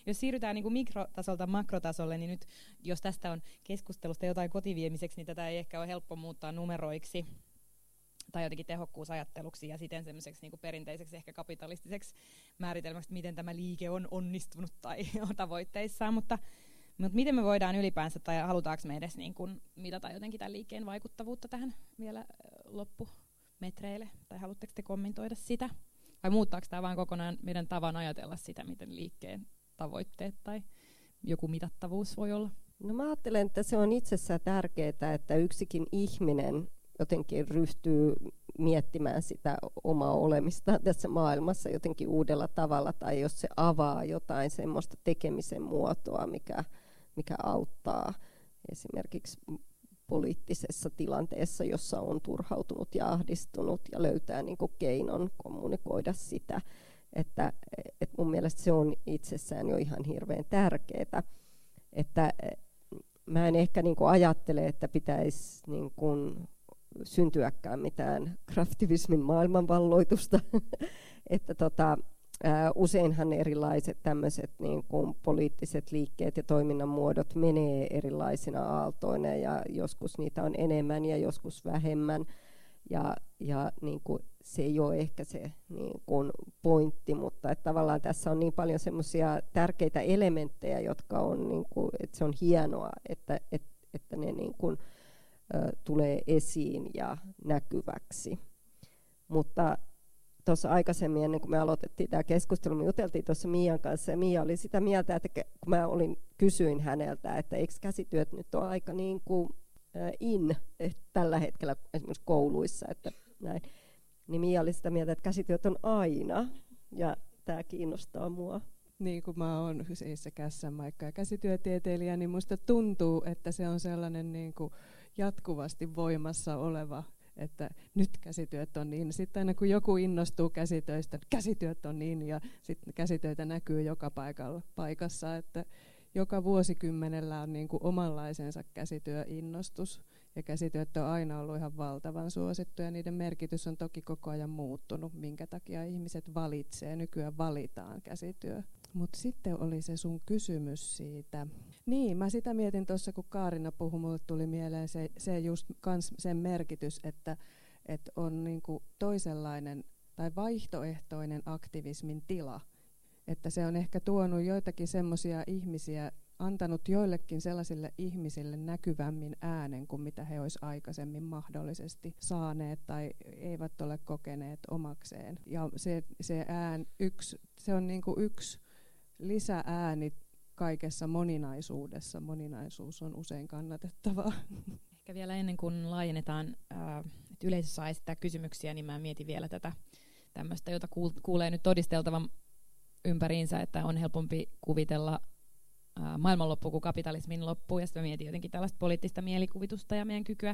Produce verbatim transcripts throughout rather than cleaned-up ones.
jos siirrytään niin kuin mikrotasolta makrotasolle, niin nyt jos tästä on keskustelusta jotain kotiviemiseksi, niin tätä ei ehkä ole helppo muuttaa numeroiksi tai jotenkin tehokkuusajatteluksi ja siten semmoiseksi niin kuin perinteiseksi ehkä kapitalistiseksi määritelmäksi, miten tämä liike on onnistunut tai on tavoitteissaan, mutta, mutta miten me voidaan ylipäänsä tai halutaanko me edes niin kuin mitata jotenkin tämän liikkeen vaikuttavuutta tähän vielä loppumetreille, tai haluatteko te kommentoida sitä? Vai muuttaako tämä vaan kokonaan meidän tavan ajatella sitä, miten liikkeen tavoitteet tai joku mitattavuus voi olla? No mä ajattelen, että se on itsessään tärkeää, että yksikin ihminen jotenkin ryhtyy miettimään sitä omaa olemista tässä maailmassa jotenkin uudella tavalla, tai jos se avaa jotain semmoista tekemisen muotoa, mikä, mikä auttaa esimerkiksi poliittisessa tilanteessa, jossa on turhautunut ja ahdistunut ja löytää niin kuin keinon kommunikoida sitä. Että, et mun mielestä se on itsessään jo ihan hirveän tärkeää. Että mä en ehkä niin kuin ajattele, että pitäisi niin kuin syntyäkään mitään kraftivismin maailmanvalloitusta. että tota, ää, useinhan erilaiset tämmöiset niin kuin poliittiset liikkeet ja toiminnan muodot menee erilaisina aaltoina, ja joskus niitä on enemmän ja joskus vähemmän. Ja, ja niin kuin se ei ole ehkä se niin kuin pointti, mutta että tavallaan tässä on niin paljon semmoisia tärkeitä elementtejä, jotka on, niin kuin, että se on hienoa, että, että, että ne niin kuin, ä, tulee esiin ja näkyväksi. Mutta tuossa aikaisemmin, ennen kuin me aloitettiin tämä keskustelu, me juteltiin tuossa Miian kanssa, ja Miia oli sitä mieltä, että kun mä olin, kysyin häneltä, että eikö käsityöt nyt ole aika niin kuin in tällä hetkellä esimerkiksi kouluissa, että näin. Niin Miia oli sitä mieltä, että käsityöt on aina, ja tämä kiinnostaa mua. Niin kuin mä oon siis se kässämaikka ja käsityötieteilijä, niin musta tuntuu, että se on sellainen niin kuin jatkuvasti voimassa oleva, että nyt käsityöt on niin. Sitten aina kun joku innostuu käsitöistä, käsityöt on niin, ja sitten käsitöitä näkyy joka paikalla, paikassa, että joka vuosikymmenellä on niin kuin omanlaisensa käsityöinnostus, ja käsityöt on aina ollut ihan valtavan suosittuja, ja niiden merkitys on toki koko ajan muuttunut, minkä takia ihmiset valitsee, nykyään valitaan käsityö. Mutta sitten oli se sun kysymys siitä. Niin, mä sitä mietin tuossa, kun Kaarina puhui, mulle tuli mieleen se, se just kans sen merkitys, että, että on niinku toisenlainen tai vaihtoehtoinen aktivismin tila. Että se on ehkä tuonut joitakin semmoisia ihmisiä, antanut joillekin sellaisille ihmisille näkyvämmin äänen kuin mitä he olisi aikaisemmin mahdollisesti saaneet tai eivät ole kokeneet omakseen. Ja se, se, ään, yksi, se on niin kuin yksi lisäääni kaikessa moninaisuudessa. Moninaisuus on usein kannatettavaa. Ehkä vielä ennen kuin laajennetaan, äh, että yleisö saa esittää kysymyksiä, niin mä mietin vielä tätä tämmöistä, jota kuulee nyt todisteltavan ympäriinsä, että on helpompi kuvitella ää, maailmanloppu kuin kapitalismin loppu. Ja sitten mietin jotenkin tällaista poliittista mielikuvitusta ja meidän kykyä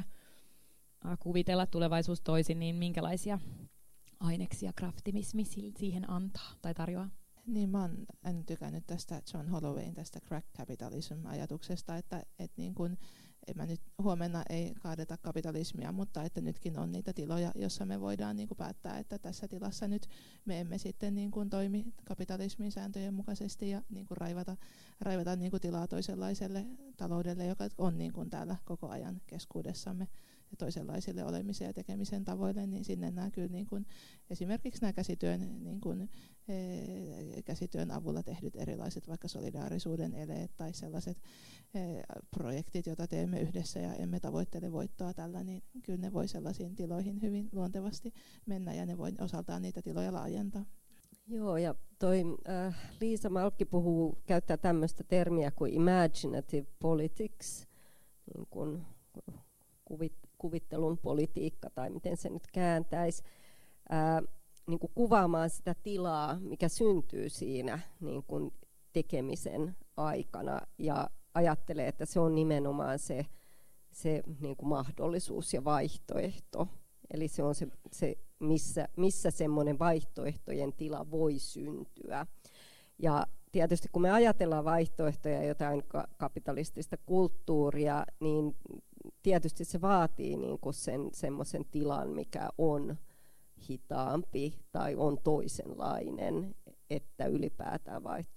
ää, kuvitella tulevaisuus toisin, niin minkälaisia aineksia kraftimismi siihen antaa tai tarjoaa? Niin, mä oon en tykännyt tästä John Hollowayn tästä crack capitalism-ajatuksesta, että et niin kun, et mä nyt huomenna ei kaadeta kapitalismia, mutta että nytkin on niitä tiloja, jossa me voidaan niin kun päättää, että tässä tilassa nyt me emme sitten niin kun toimi kapitalismin sääntöjen mukaisesti ja niin kun raivata, raivata niin kun tilaa toisenlaiselle taloudelle, joka on niin kun täällä koko ajan keskuudessamme, ja toisenlaisille olemisen ja tekemisen tavoille, niin sinne nämä kyllä niin kuin, esimerkiksi nämä käsityön, niin kuin, e, käsityön avulla tehdyt erilaiset vaikka solidaarisuuden eleet tai sellaiset e, projektit, joita teemme yhdessä ja emme tavoittele voittoa tällä, niin kyllä ne voi sellaisiin tiloihin hyvin luontevasti mennä ja ne voi osaltaan niitä tiloja laajentaa. Joo, ja toi äh, Liisa Malkki puhuu, käyttää tämmöistä termiä kuin imaginative politics, niin kuin kuvit, kuvittelun politiikka tai miten se nyt kääntäisi, ää, niin kuin kuvaamaan sitä tilaa, mikä syntyy siinä niin kuin tekemisen aikana, ja ajattelee, että se on nimenomaan se, se niin kuin mahdollisuus ja vaihtoehto. Eli se on se, se missä, missä semmoinen vaihtoehtojen tila voi syntyä. Ja tietysti kun me ajatellaan vaihtoehtoja, jotain kapitalistista kulttuuria, niin tietysti se vaatii niin kuin sen semmoisen tilan, mikä on hitaampi tai on toisenlainen, että ylipäätään vaihtoehto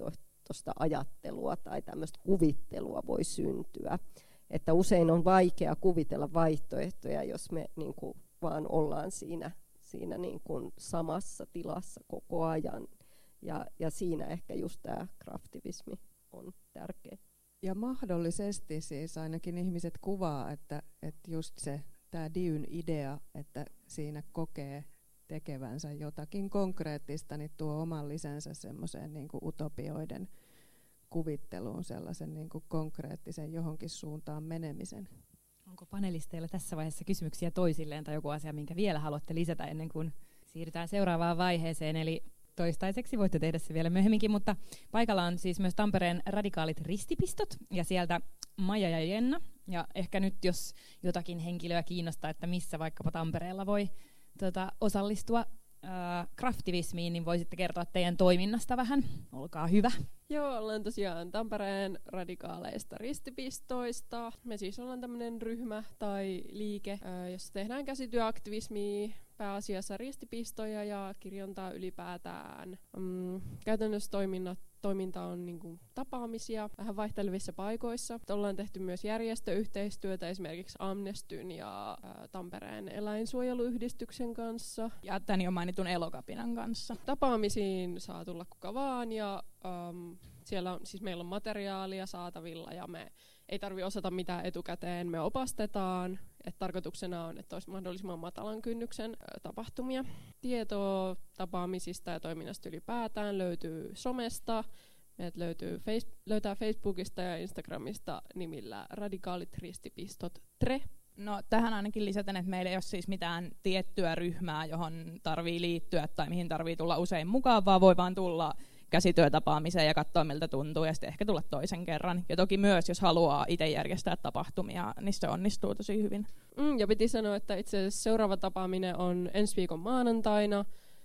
vastaavetoista ajattelua tai tämmöistä kuvittelua voi syntyä. Että usein on vaikea kuvitella vaihtoehtoja, jos me niin kuin vaan ollaan siinä, siinä niin kuin samassa tilassa koko ajan. Ja, ja siinä ehkä just tämä craftivismi on tärkeä. Ja mahdollisesti siis ainakin ihmiset kuvaa, että, että just se tämä Dune idea, että siinä kokee tekevänsä jotakin konkreettista, niin tuo oman lisänsä semmoiseen niin kuin utopioiden kuvitteluun, sellaisen niin kuin konkreettisen johonkin suuntaan menemisen. Onko panelisteilla tässä vaiheessa kysymyksiä toisilleen tai joku asia, minkä vielä haluatte lisätä ennen kuin siirrytään seuraavaan vaiheeseen, eli toistaiseksi voitte tehdä se vielä myöhemminkin, mutta paikalla on siis myös Tampereen radikaalit ristipistot ja sieltä Maija ja Jenna. Ja ehkä nyt, jos jotakin henkilöä kiinnostaa, että missä vaikkapa Tampereella voi tota, osallistua ää, craftivismiin, niin voisitte kertoa teidän toiminnasta vähän. Olkaa hyvä. Joo, ollaan tosiaan Tampereen radikaaleista ristipistoista. Me siis ollaan tämmöinen ryhmä tai liike, ää, jossa tehdään käsityöaktivismia, pääasiassa ristipistoja ja kirjontaa ylipäätään. Mm, käytännössä toiminnat, toiminta on niin kuin tapaamisia vähän vaihtelevissa paikoissa. Ollaan tehty myös järjestöyhteistyötä esimerkiksi Amnestyn ja ä, Tampereen eläinsuojeluyhdistyksen kanssa. Ja tämän jo mainitun Elokapinan kanssa. Tapaamisiin saa tulla kuka vaan ja um, siellä on, siis meillä on materiaalia saatavilla ja me ei tarvitse osata mitään etukäteen, me opastetaan. Et tarkoituksena on, että olisi mahdollisimman matalan kynnyksen ä, tapahtumia. Tietoa tapaamisista ja toiminnasta ylipäätään löytyy somesta. Meidät löytyy face- löytää Facebookista ja Instagramista nimillä radikaalit ristipistot tre. No tähän ainakin lisätään, että meillä ei ole siis mitään tiettyä ryhmää, johon tarvii liittyä tai mihin tarvii tulla usein mukaan, vaan voi vaan tulla käsityötapaamiseen ja katsoa miltä tuntuu ja sitten ehkä tulla toisen kerran. Ja toki myös, jos haluaa itse järjestää tapahtumia, niin se onnistuu tosi hyvin. Mm, ja piti sanoa, että itse asiassa seuraava tapaaminen on ensi viikon maanantaina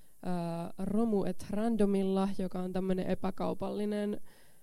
äh, Romu et Randomilla, joka on tämmöinen epäkaupallinen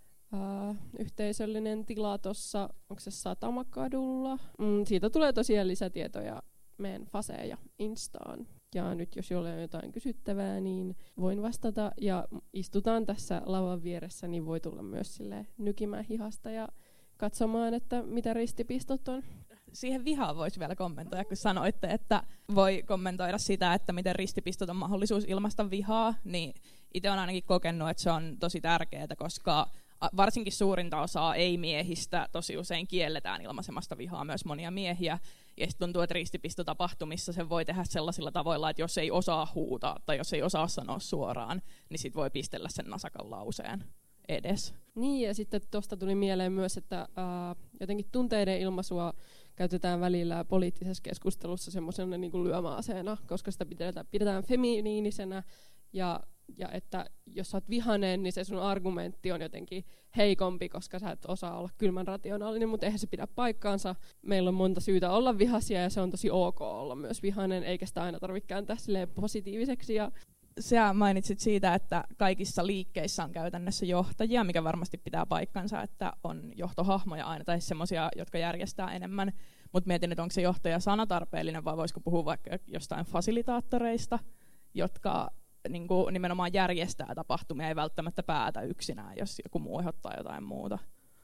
äh, yhteisöllinen tila tuossa, onko se Satamakadulla. Mm, siitä tulee tosiaan lisätietoja meidän Faseen ja Instaan. Ja nyt jos jollain on jotain kysyttävää, niin voin vastata. Ja istutaan tässä lavan vieressä, niin voi tulla myös sille nykimään hihasta ja katsomaan, että mitä ristipistot on. Siihen vihaan voisi vielä kommentoida, kun sanoitte, että voi kommentoida sitä, että miten ristipistot on mahdollisuus ilmaista vihaa. Niin itse olen ainakin kokenut, että se on tosi tärkeää, koska varsinkin suurinta osaa ei-miehistä tosi usein kielletään ilmaisemasta vihaa, myös monia miehiä. Ja sitten tuntuu, että ristipistotapahtumissa sen voi tehdä sellaisilla tavoilla, että jos ei osaa huutaa tai jos ei osaa sanoa suoraan, niin sit voi pistellä sen nasakan lauseen edes. Niin, ja sitten tuosta tuli mieleen myös, että ää, jotenkin tunteiden ilmaisua käytetään välillä poliittisessa keskustelussa semmoisena niin kuin lyömäaseena, koska sitä pidetään, pidetään feminiinisenä, ja ja että jos sä oot vihainen, niin se sun argumentti on jotenkin heikompi, koska sä et osaa olla kylmän rationaalinen, mutta eihän se pidä paikkaansa. Meillä on monta syytä olla vihaisia ja se on tosi ok olla myös vihainen, eikä sitä aina tarvitse kääntää positiiviseksi. Ja sä mainitsit siitä, että kaikissa liikkeissä on käytännössä johtajia, mikä varmasti pitää paikkansa, että on johtohahmoja aina tai semmoisia, jotka järjestää enemmän. Mutta mietin, että onko se johtaja sana tarpeellinen vai voisiko puhua vaikka jostain fasilitaattoreista, jotka niin kuin nimenomaan järjestää tapahtumia, ei välttämättä päätä yksinään, jos joku muu ehdottaa jotain muuta.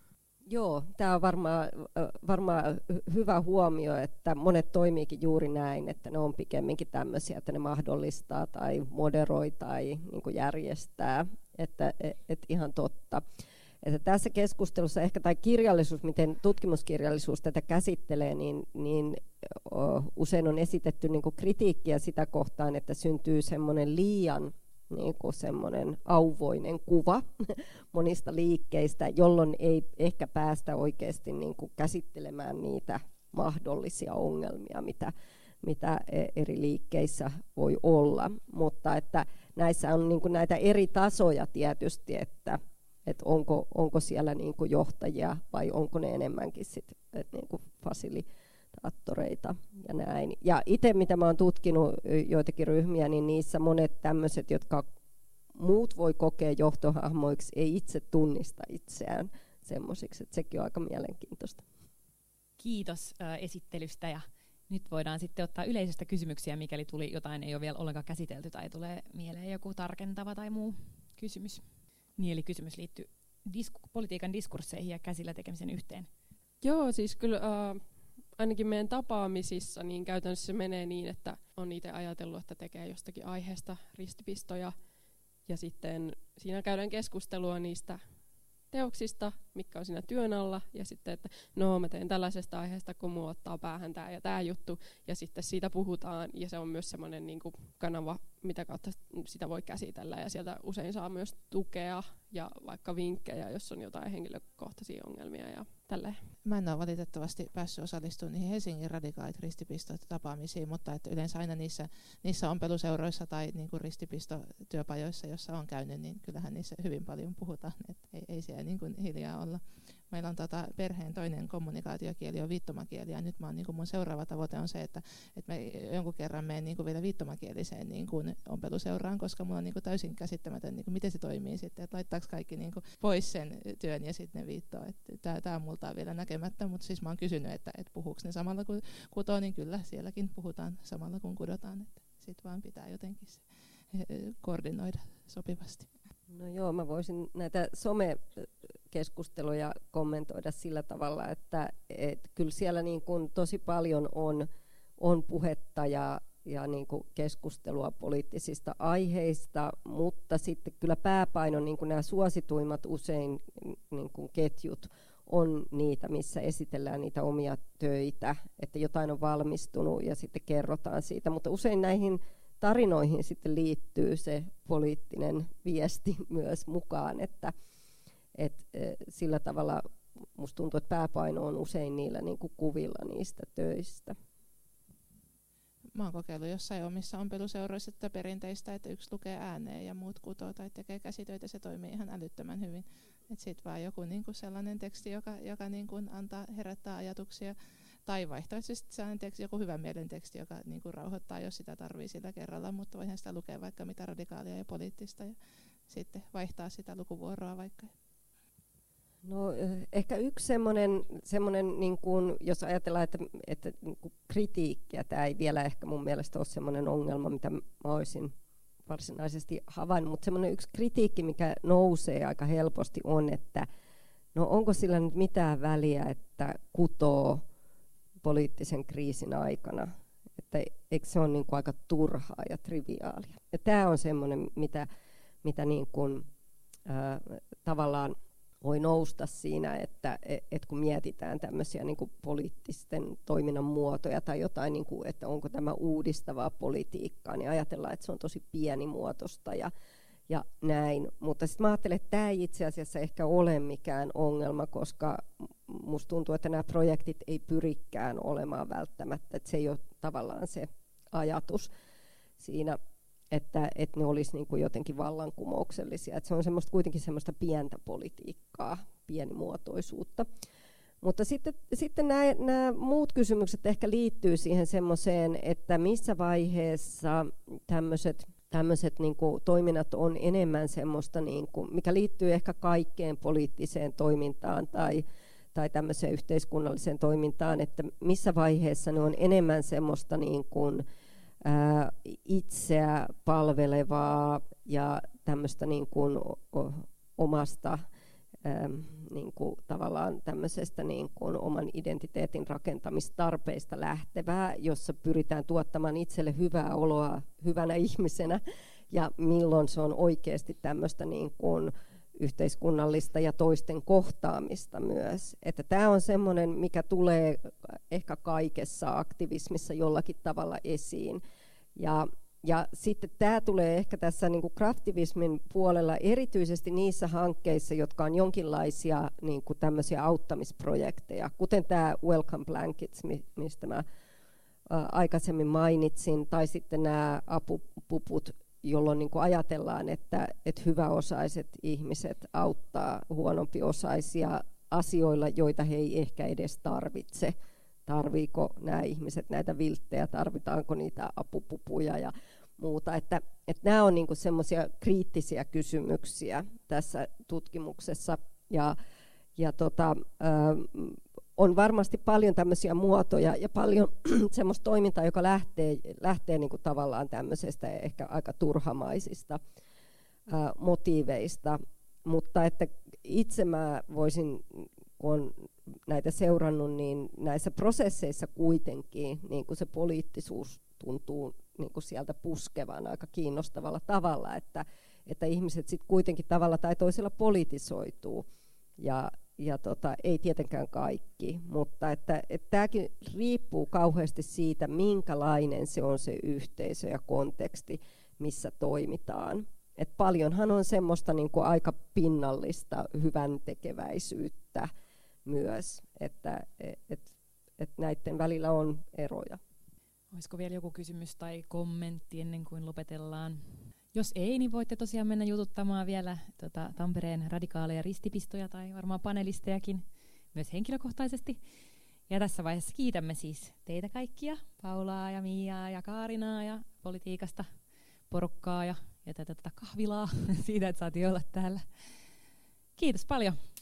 Joo, tämä on varmaan varma hyvä huomio, että monet toimiikin juuri näin, että ne on pikemminkin tämmöisiä, että ne mahdollistaa tai moderoi tai niin kuin järjestää, että et, et ihan totta. Että tässä keskustelussa ehkä tai kirjallisuus, miten tutkimuskirjallisuus tätä käsittelee, niin, niin o, usein on esitetty niin kuin kritiikkiä sitä kohtaan, että syntyy semmoinen liian niin kuin semmoinen auvoinen kuva monista liikkeistä, jolloin ei ehkä päästä oikeasti niin kuin käsittelemään niitä mahdollisia ongelmia, mitä, mitä eri liikkeissä voi olla. Mutta että näissä on niin kuin näitä eri tasoja tietysti, että että onko, onko siellä niinku johtajia vai onko ne enemmänkin sit, niinku fasilitaattoreita ja näin. Ja itse mitä mä oon tutkinut joitakin ryhmiä, niin niissä monet tämmöiset, jotka muut voi kokea johtohahmoiksi, ei itse tunnista itseään semmoisiksi, että sekin on aika mielenkiintoista. Kiitos äh, esittelystä ja nyt voidaan sitten ottaa yleisöstä kysymyksiä, mikäli tuli jotain ei ole vielä ollenkaan käsitelty tai tulee mieleen joku tarkentava tai muu kysymys. Niin, eli kysymys liittyy disku, politiikan diskursseihin ja käsillä tekemisen yhteen? Joo, siis kyllä äh, ainakin meidän tapaamisissa niin käytännössä se menee niin, että on itse ajatellut, että tekee jostakin aiheesta ristipistoja. Ja sitten siinä käydään keskustelua niistä teoksista, mitkä on siinä työn alla, ja sitten, että no mä teen tällaisesta aiheesta, kun mulla ottaa päähän tämä ja tämä juttu, ja sitten siitä puhutaan, ja se on myös semmoinen niin kuin kanava, mitä kautta sitä voi käsitellä, ja sieltä usein saa myös tukea ja vaikka vinkkejä, jos on jotain henkilökohtaisia ongelmia ja tälleen. Mä en ole valitettavasti päässyt osallistumaan niihin Helsingin radikaalit ristipistotapaamisiin, mutta että yleensä aina niissä, niissä ompeluseuroissa tai niin kuin ristipistotyöpajoissa, jossa on käynyt, niin kyllähän niissä hyvin paljon puhutaan, että ei, ei siellä niin kuin hiljaa olla. Meillä on tota perheen toinen kommunikaatiokieli on viittomakieli, ja nyt mä oon, niin kuin mun seuraava tavoite on se, että, että mä jonkun kerran menen niin kuin vielä viittomakieliseen niin kuin ompeluseuraan, koska mulla on niin kuin täysin käsittämätön, niin kuin miten se toimii sitten, että laittaako kaikki niin kuin pois sen työn ja sitten ne viittoo. Tämä on multa vielä näkemättä, mutta siis mä oon kysynyt, että, että puhuuko ne samalla kun kutoo, niin kyllä sielläkin puhutaan samalla kun kudotaan, että sitten vaan pitää jotenkin se koordinoida sopivasti. No joo, mä voisin näitä somekeskusteluja kommentoida sillä tavalla, että et kyllä siellä niin kuin tosi paljon on, on puhetta ja, ja niin kuin keskustelua poliittisista aiheista, mutta sitten kyllä pääpaino, niin kuin nämä suosituimmat usein niin kuin ketjut, on niitä, missä esitellään niitä omia töitä, että jotain on valmistunut ja sitten kerrotaan siitä, mutta usein näihin tarinoihin sitten liittyy se poliittinen viesti myös mukaan, että et, sillä tavalla musta tuntuu, että pääpaino on usein niillä niin kuin kuvilla niistä töistä. Mä oon kokeillut jossain omissa ompeluseuroissa että perinteistä, että yksi lukee ääneen ja muut kutoo tai tekee käsitöitä, se toimii ihan älyttömän hyvin. Että sit vaan joku niinku sellainen teksti, joka, joka niinku antaa herättää ajatuksia. Tai vaihtoehtoisesti sellainen teksti, joku hyvän mielen teksti, joka niinku rauhoittaa, jos sitä tarvii sillä kerralla, mutta voihan sitä lukea vaikka mitä radikaalia ja poliittista ja sitten vaihtaa sitä lukuvuoroa vaikka. No ehkä yksi semmoinen, semmoinen niin kuin, jos ajatellaan, että, että niin kuin kritiikkiä, tämä ei vielä ehkä mun mielestä ole semmoinen ongelma, mitä mä olisin varsinaisesti havainnut, mutta semmoinen yksi kritiikki, mikä nousee aika helposti on, että no onko sillä nyt mitään väliä, että kutoo poliittisen kriisin aikana, että eikö se ole niin kuin aika turhaa ja triviaalia. Ja tämä on semmoinen, mitä, mitä niin kuin, äh, tavallaan voi nousta siinä, että et kun mietitään tämmöisiä niin kuin poliittisten toiminnan muotoja tai jotain, niin kuin, että onko tämä uudistavaa politiikkaa, niin ajatellaan, että se on tosi pienimuotoista ja, ja näin. Mutta sitten mä ajattelen, että tämä ei itse asiassa ehkä ole mikään ongelma, koska musta tuntuu, että nämä projektit ei pyrikään olemaan välttämättä, että se ei ole tavallaan se ajatus siinä, että, että ne olisi niin kuin jotenkin vallankumouksellisia. Että se on semmoista, kuitenkin semmoista pientä politiikkaa, pienimuotoisuutta. Mutta sitten, sitten nämä, nämä muut kysymykset ehkä liittyy siihen semmoiseen, että missä vaiheessa tämmöiset tämmöiset niin kuin toiminnat on enemmän semmoista, niin kuin, mikä liittyy ehkä kaikkeen poliittiseen toimintaan tai, tai tämmöiseen yhteiskunnalliseen toimintaan, että missä vaiheessa ne on enemmän semmoista niin kuin, ää, itseä palvelevaa ja tämmöistä niin kuin, o, omasta ää, niin kuin, tavallaan tämmöisestä niin kuin, oman identiteetin rakentamistarpeista lähtevää, jossa pyritään tuottamaan itselle hyvää oloa hyvänä ihmisenä, ja milloin se on oikeasti tämmöistä niin kuin, yhteiskunnallista ja toisten kohtaamista myös. Että tämä on semmoinen, mikä tulee ehkä kaikessa aktivismissa jollakin tavalla esiin. Ja, ja sitten tämä tulee ehkä tässä niin kuin craftivismin puolella erityisesti niissä hankkeissa, jotka on jonkinlaisia niin kuin tämmöisiä auttamisprojekteja, kuten tämä Welcome Blankets, mistä mä ä, aikaisemmin mainitsin, tai sitten nämä apupuput, jolloin niin kuin ajatellaan, että, että hyväosaiset ihmiset auttaa huonompiosaisia asioilla, joita he ei ehkä edes tarvitse. Tarviiko nämä ihmiset näitä vilttejä, tarvitaanko niitä apupupuja ja muuta. Että, että nämä on niin kuin semmoisia kriittisiä kysymyksiä tässä tutkimuksessa. Ja, ja tota, äh, on varmasti paljon tämmöisiä muotoja ja paljon semmoista toimintaa, joka lähtee, lähtee niin kuin tavallaan tämmöisestä ehkä aika turhamaisista ää, motiiveista. mutta että itse mä voisin, kun on näitä seurannut, niin näissä prosesseissa kuitenkin niin kuin se poliittisuus tuntuu niin kuin sieltä puskevan aika kiinnostavalla tavalla, että, että ihmiset sitten kuitenkin tavalla tai toisella politisoituu. Ja, ja tota, ei tietenkään kaikki, mutta että, että tämäkin riippuu kauheasti siitä, minkälainen se on se yhteisö ja konteksti, missä toimitaan. Et paljonhan on semmoista niin kuin aika pinnallista hyvän tekeväisyyttä myös, että et, et näiden välillä on eroja. Olisiko vielä joku kysymys tai kommentti ennen kuin lopetellaan? Jos ei, niin voitte tosiaan mennä jututtamaan vielä tota, Tampereen radikaaleja ristipistoja tai varmaan panelistejakin myös henkilökohtaisesti. Ja tässä vaiheessa kiitämme siis teitä kaikkia, Paulaa ja Miaa ja Kaarinaa ja politiikasta porukkaa ja, ja tätä, tätä kahvilaa siitä, että saatiin olla täällä. Kiitos paljon.